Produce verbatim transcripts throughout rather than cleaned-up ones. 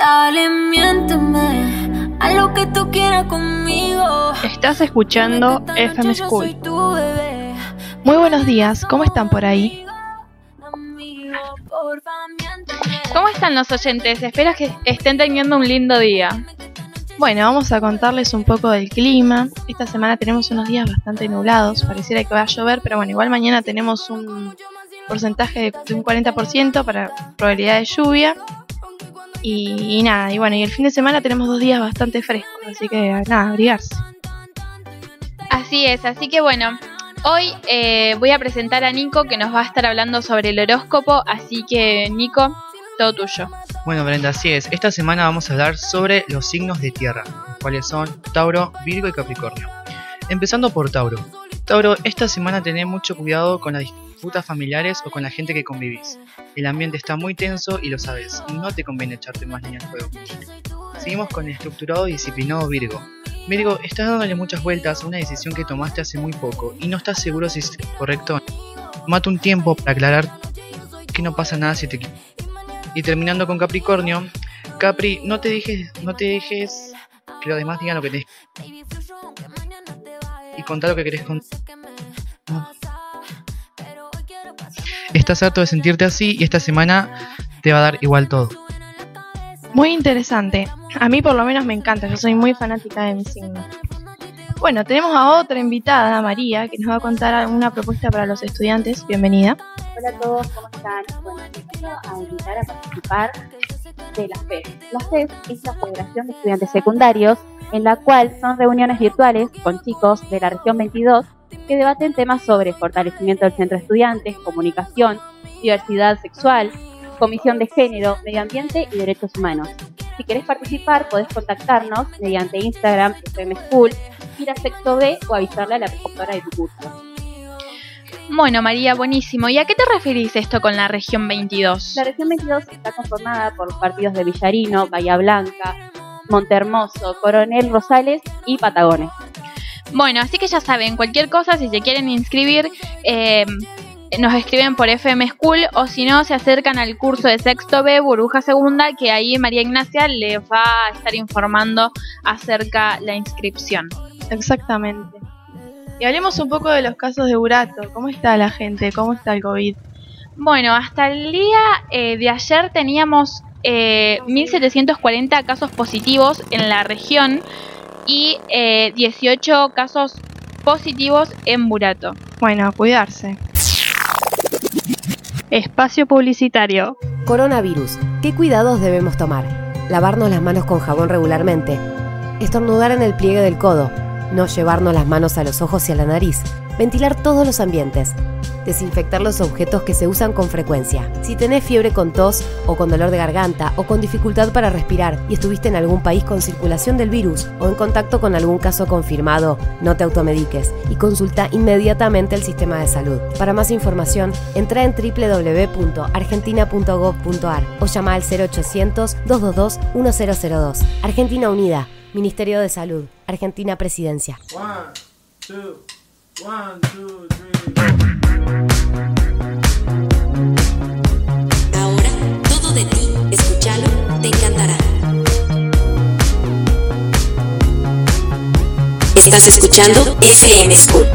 Dale, miénteme, haz lo que tú quieras conmigo. Estás escuchando F M School. Muy buenos días, ¿cómo están por ahí? ¿Cómo están los oyentes? Espero que estén teniendo un lindo día. Bueno, vamos a contarles un poco del clima. Esta semana tenemos unos días bastante nublados, pareciera que va a llover, pero bueno, igual mañana tenemos un porcentaje de un cuarenta por ciento para probabilidad de lluvia. Y, y nada, y bueno, y el fin de semana tenemos dos días bastante frescos, así que nada, abrigarse. Así es, así que bueno, hoy eh, voy a presentar a Nico, que nos va a estar hablando sobre el horóscopo, así que Nico, todo tuyo. Bueno, Brenda, así es. Esta semana vamos a hablar sobre los signos de tierra, los cuales son Tauro, Virgo y Capricornio. Empezando por Tauro. Tauro, esta semana tened mucho cuidado con las disputas familiares o con la gente que convivís. El ambiente está muy tenso y lo sabes, no te conviene echarte más leña al fuego. Seguimos con el estructurado y disciplinado Virgo. Virgo, estás dándole muchas vueltas a una decisión que tomaste hace muy poco y no estás seguro si es correcto o no. Tómate un tiempo para aclarar que no pasa nada si te equivocas. Y terminando con Capricornio, Capri, no te dejes, no te dejes que los demás digan lo que te y contar lo que querés contar. No. Estás harto de sentirte así y esta semana te va a dar igual todo. Muy interesante. A mí por lo menos me encanta, yo soy muy fanática de mi signo. Bueno, tenemos a otra invitada, María, que nos va a contar alguna propuesta para los estudiantes. Bienvenida. Hola a todos, ¿cómo están? Bueno, les quiero a invitar a participar de la F E S. La F E S es la Federación de Estudiantes Secundarios, en la cual son reuniones virtuales con chicos de la región veintidós que debaten temas sobre fortalecimiento del centro de estudiantes, comunicación, diversidad sexual, comisión de género, medio ambiente y derechos humanos. Si querés participar, podés contactarnos mediante Instagram, F M School, ir a Sexto B o avisarle a la preceptora de tu curso. Bueno, María, buenísimo. ¿Y a qué te referís esto con la región veintidós? La región veintidós está conformada por partidos de Villarino, Bahía Blanca, Montehermoso, Coronel Rosales y Patagones. Bueno, así que ya saben, cualquier cosa, si se quieren inscribir, eh, nos escriben por F M School o si no, se acercan al curso de Sexto B, Burbuja Segunda, que ahí María Ignacia les va a estar informando acerca de la inscripción. Exactamente. Y hablemos un poco de los casos de Burato. ¿Cómo está la gente? ¿Cómo está el COVID? Bueno, hasta el día eh, de ayer teníamos eh, mil setecientos cuarenta casos positivos en la región y eh, dieciocho casos positivos en Burato. Bueno, a cuidarse. Espacio publicitario. Coronavirus. ¿Qué cuidados debemos tomar? Lavarnos las manos con jabón regularmente. Estornudar en el pliegue del codo. No llevarnos las manos a los ojos y a la nariz. Ventilar todos los ambientes. Desinfectar los objetos que se usan con frecuencia. Si tenés fiebre con tos o con dolor de garganta o con dificultad para respirar y estuviste en algún país con circulación del virus o en contacto con algún caso confirmado, no te automediques y consulta inmediatamente el sistema de salud. Para más información, entra en doble u doble u doble u punto argentina punto gov punto a r o llama al cero ochocientos, dos dos dos, uno cero cero dos. Argentina Unida, Ministerio de Salud, Argentina Presidencia. One, two, one, two, three. Ahora, todo de ti, escúchalo, te encantará. Estás escuchando F M School.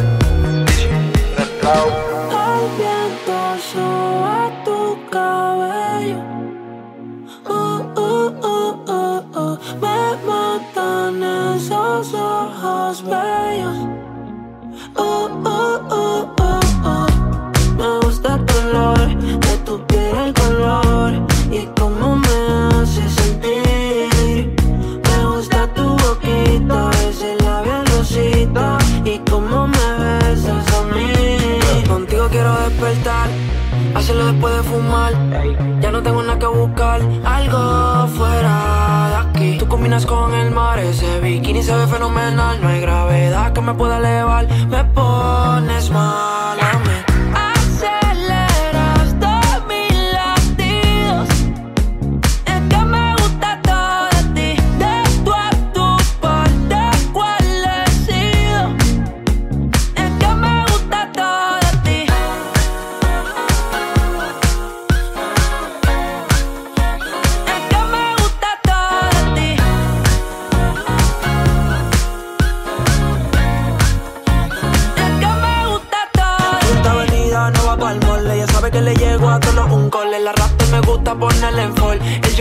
El viento sube tu cabello. Uh, uh, uh, uh, uh. Me matan esos ojos bellos. Uh, uh, uh, uh, uh. Me gusta el color de tu piel, el color y cómo me hace sentir. Me gusta tu boquita, ese labial rosita y cómo me besas a mí. Contigo quiero despertar, hacerlo después de fumar. Ya no tengo nada que buscar, algo fuera de aquí. Tú combinas con el mar, ese bikini se ve fenomenal. No hay gravedad que me pueda elevar, me pones mal a mí.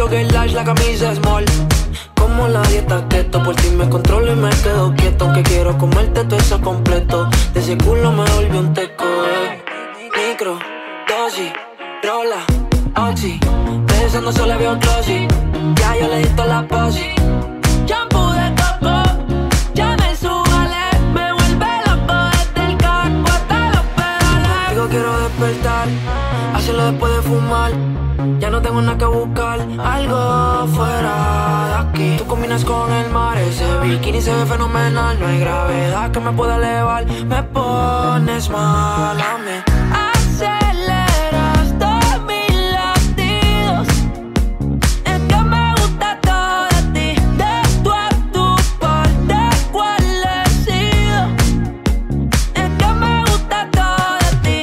jogger large, la camisa small. Como la dieta keto, por ti me controlo y me quedo quieto. Aunque quiero comerte todo eso completo. De ese culo me volvió un teco, eh. Micro, dosis, rola, oxi. Pensando solo veo un glossy. Ya yo le di toda la posi. Shampoo de coco, ya me subale. Me vuelve loco desde el carro hasta los pedales. Digo quiero despertar, hacerlo después de fumar. Ya no tengo nada que buscar, algo fuera de aquí. Tú combinas con el mar, ese bikini se ve fenomenal. No hay gravedad que me pueda elevar. Me pones mal a mí. Aceleras todos mis latidos. Es que me gusta todo de ti. De tu a tu parte, ¿cuál he sido? Es que me gusta todo de ti.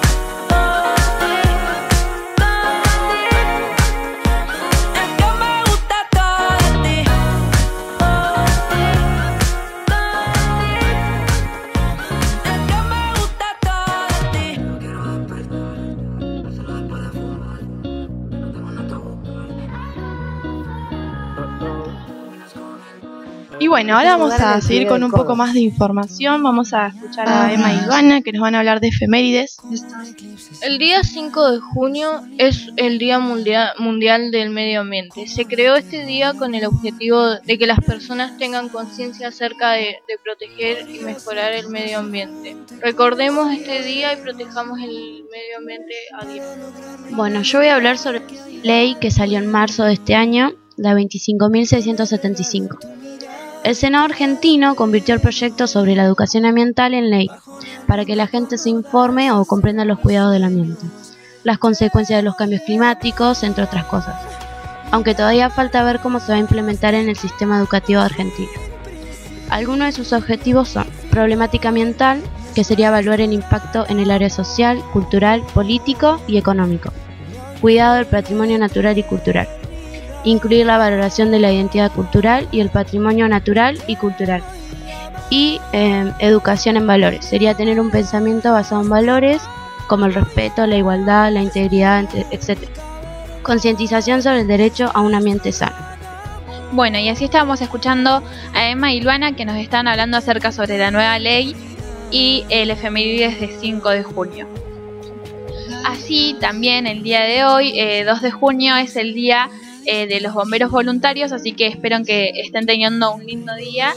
Y bueno, ahora vamos a seguir con un poco más de información. Vamos a escuchar a Emma y Luana, que nos van a hablar de efemérides. El día cinco de junio es el Día Mundial, Mundial del Medio Ambiente. Se creó este día con el objetivo de que las personas tengan conciencia acerca de, de proteger y mejorar el medio ambiente. Recordemos este día y protejamos el medio ambiente a diario. Bueno, yo voy a hablar sobre la ley que salió en marzo de este año, la veinticinco mil seiscientos setenta y cinco. El Senado argentino convirtió el proyecto sobre la educación ambiental en ley, para que la gente se informe o comprenda los cuidados del ambiente, las consecuencias de los cambios climáticos, entre otras cosas, aunque todavía falta ver cómo se va a implementar en el sistema educativo argentino. Algunos de sus objetivos son problemática ambiental, que sería evaluar el impacto en el área social, cultural, político y económico, cuidado del patrimonio natural y cultural, incluir la valoración de la identidad cultural y el patrimonio natural y cultural. Y eh, educación en valores, sería tener un pensamiento basado en valores como el respeto, la igualdad, la integridad, etcétera. Concientización sobre el derecho a un ambiente sano. Bueno, y así estábamos escuchando a Emma y Luana, que nos están hablando acerca sobre la nueva ley y el efemérides de cinco de junio. Así también el día de hoy, eh, dos de junio, es el día eh, de los bomberos voluntarios, así que espero que estén teniendo un lindo día.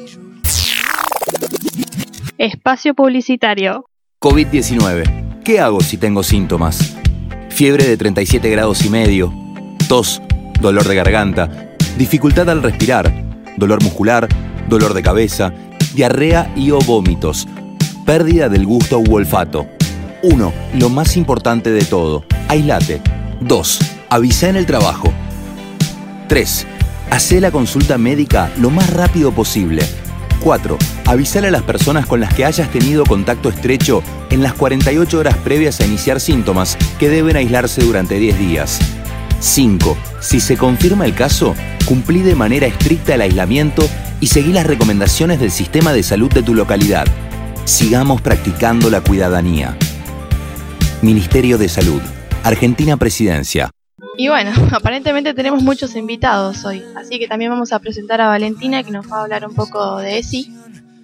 Espacio publicitario. COVID diecinueve. ¿Qué hago si tengo síntomas? Fiebre de treinta y siete grados y medio, tos, dolor de garganta, dificultad al respirar, dolor muscular, dolor de cabeza, diarrea y o vómitos, pérdida del gusto u olfato. uno. Lo más importante de todo, aislate. dos. Avisa en el trabajo. tres. Hacé la consulta médica lo más rápido posible. cuatro. Avisale a las personas con las que hayas tenido contacto estrecho en las cuarenta y ocho horas previas a iniciar síntomas que deben aislarse durante diez días. cinco. Si se confirma el caso, cumplí de manera estricta el aislamiento y seguí las recomendaciones del sistema de salud de tu localidad. Sigamos practicando la cuidadanía. Ministerio de Salud. Argentina Presidencia. Y bueno, aparentemente tenemos muchos invitados hoy, así que también vamos a presentar a Valentina, que nos va a hablar un poco de E S I.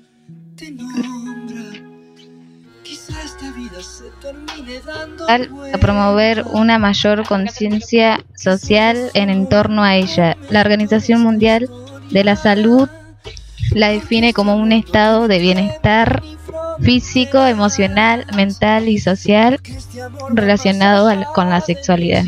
A promover una mayor conciencia social en torno a ella. La Organización Mundial de la Salud la define como un estado de bienestar físico, emocional, mental y social relacionado a, con la sexualidad.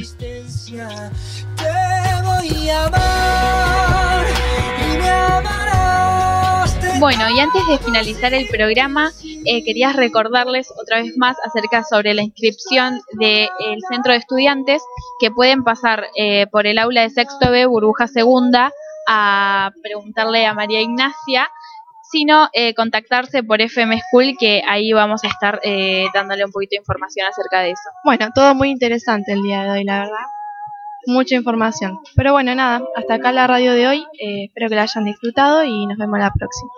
Bueno, y antes de finalizar el programa, eh, quería recordarles otra vez más acerca sobre la inscripción del centro de estudiantes, que pueden pasar eh, por el aula de sexto B, burbuja segunda, a preguntarle a María Ignacia, sino eh, contactarse por F M School, que ahí vamos a estar eh, dándole un poquito de información acerca de eso. Bueno, todo muy interesante el día de hoy, la verdad. Mucha información. Pero bueno, nada, hasta acá la radio de hoy. Eh, espero que la hayan disfrutado y nos vemos la próxima.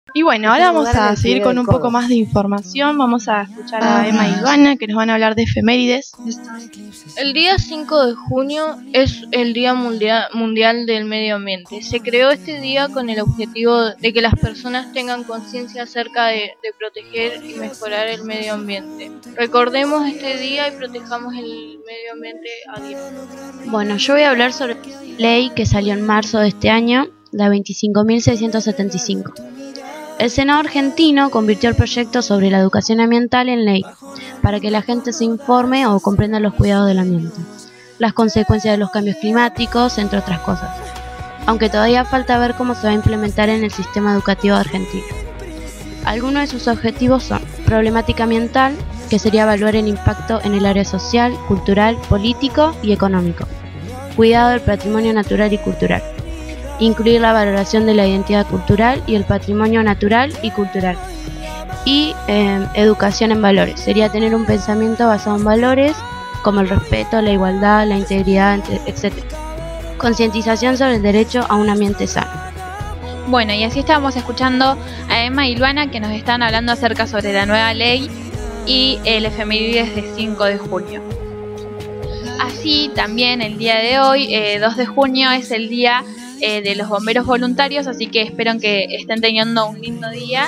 Y bueno, ahora Este vamos lugar en a el seguir pliegue con del un poco codo. más de información. Vamos a escuchar a Emma y Ivana, que nos van a hablar de efemérides. El día cinco de junio es el Día Mundial, Mundial del Medio Ambiente. Se creó este día con el objetivo de que las personas tengan conciencia acerca de, de proteger y mejorar el medio ambiente. Recordemos este día y protejamos el medio ambiente a diario. Bueno, yo voy a hablar sobre la ley que salió en marzo de este año, la veinticinco mil seiscientos setenta y cinco. El Senado argentino convirtió el proyecto sobre la educación ambiental en ley, para que la gente se informe o comprenda los cuidados del ambiente, las consecuencias de los cambios climáticos, entre otras cosas, aunque todavía falta ver cómo se va a implementar en el sistema educativo argentino. Algunos de sus objetivos son problemática ambiental, que sería evaluar el impacto en el área social, cultural, político y económico, cuidado del patrimonio natural y cultural, incluir la valoración de la identidad cultural y el patrimonio natural y cultural, y eh, educación en valores, sería tener un pensamiento basado en valores como el respeto, la igualdad, la integridad, etcétera. Concientización sobre el derecho a un ambiente sano. Bueno, y así estábamos escuchando a Emma y Luana, que nos están hablando acerca sobre la nueva ley y el efemérides de cinco de junio. Así también el día de hoy, eh, dos de junio, es el día eh, de los bomberos voluntarios, así que espero que estén teniendo un lindo día.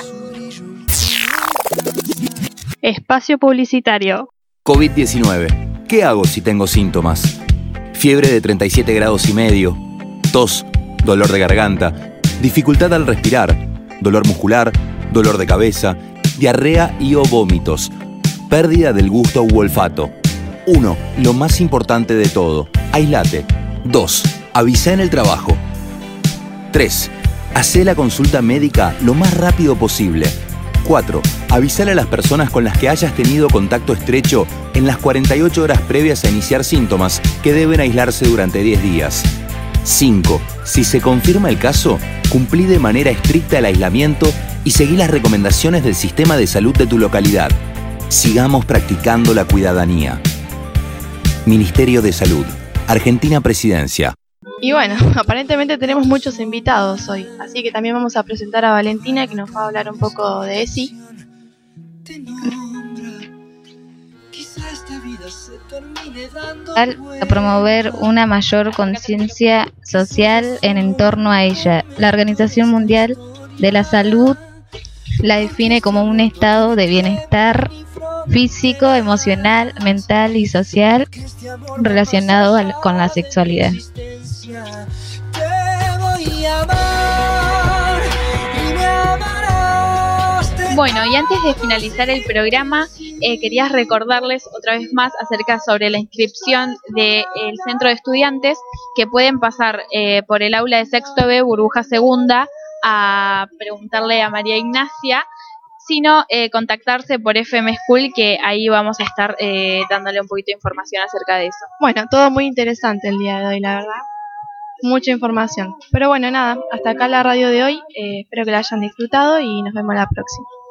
Espacio publicitario. COVID diecinueve. ¿Qué hago si tengo síntomas? Fiebre de treinta y siete grados y medio, tos, dolor de garganta, dificultad al respirar, dolor muscular, dolor de cabeza, diarrea y o vómitos, pérdida del gusto u olfato. uno. Lo más importante de todo, aislate. dos. Avisa en el trabajo. tres. Hacé la consulta médica lo más rápido posible. cuatro. Avisar a las personas con las que hayas tenido contacto estrecho en las cuarenta y ocho horas previas a iniciar síntomas que deben aislarse durante diez días. cinco. Si se confirma el caso, cumplí de manera estricta el aislamiento y seguí las recomendaciones del sistema de salud de tu localidad. Sigamos practicando la cuidadanía. Ministerio de Salud. Argentina Presidencia. Y bueno, aparentemente tenemos muchos invitados hoy, así que también vamos a presentar a Valentina, que nos va a hablar un poco de E S I. A promover una mayor conciencia social en torno a ella. La Organización Mundial de la Salud la define como un estado de bienestar físico, emocional, mental y social relacionado a- con la sexualidad. Bueno, y antes de finalizar el programa, eh, quería recordarles otra vez más acerca sobre la inscripción del centro de estudiantes, que pueden pasar eh, por el aula de sexto B, burbuja segunda, a preguntarle a María Ignacia, sino eh, contactarse por F M School, que ahí vamos a estar eh, dándole un poquito de información acerca de eso. Bueno, todo muy interesante el día de hoy, la verdad. Mucha información. Pero bueno, nada, hasta acá la radio de hoy. Eh, espero que la hayan disfrutado y nos vemos la próxima.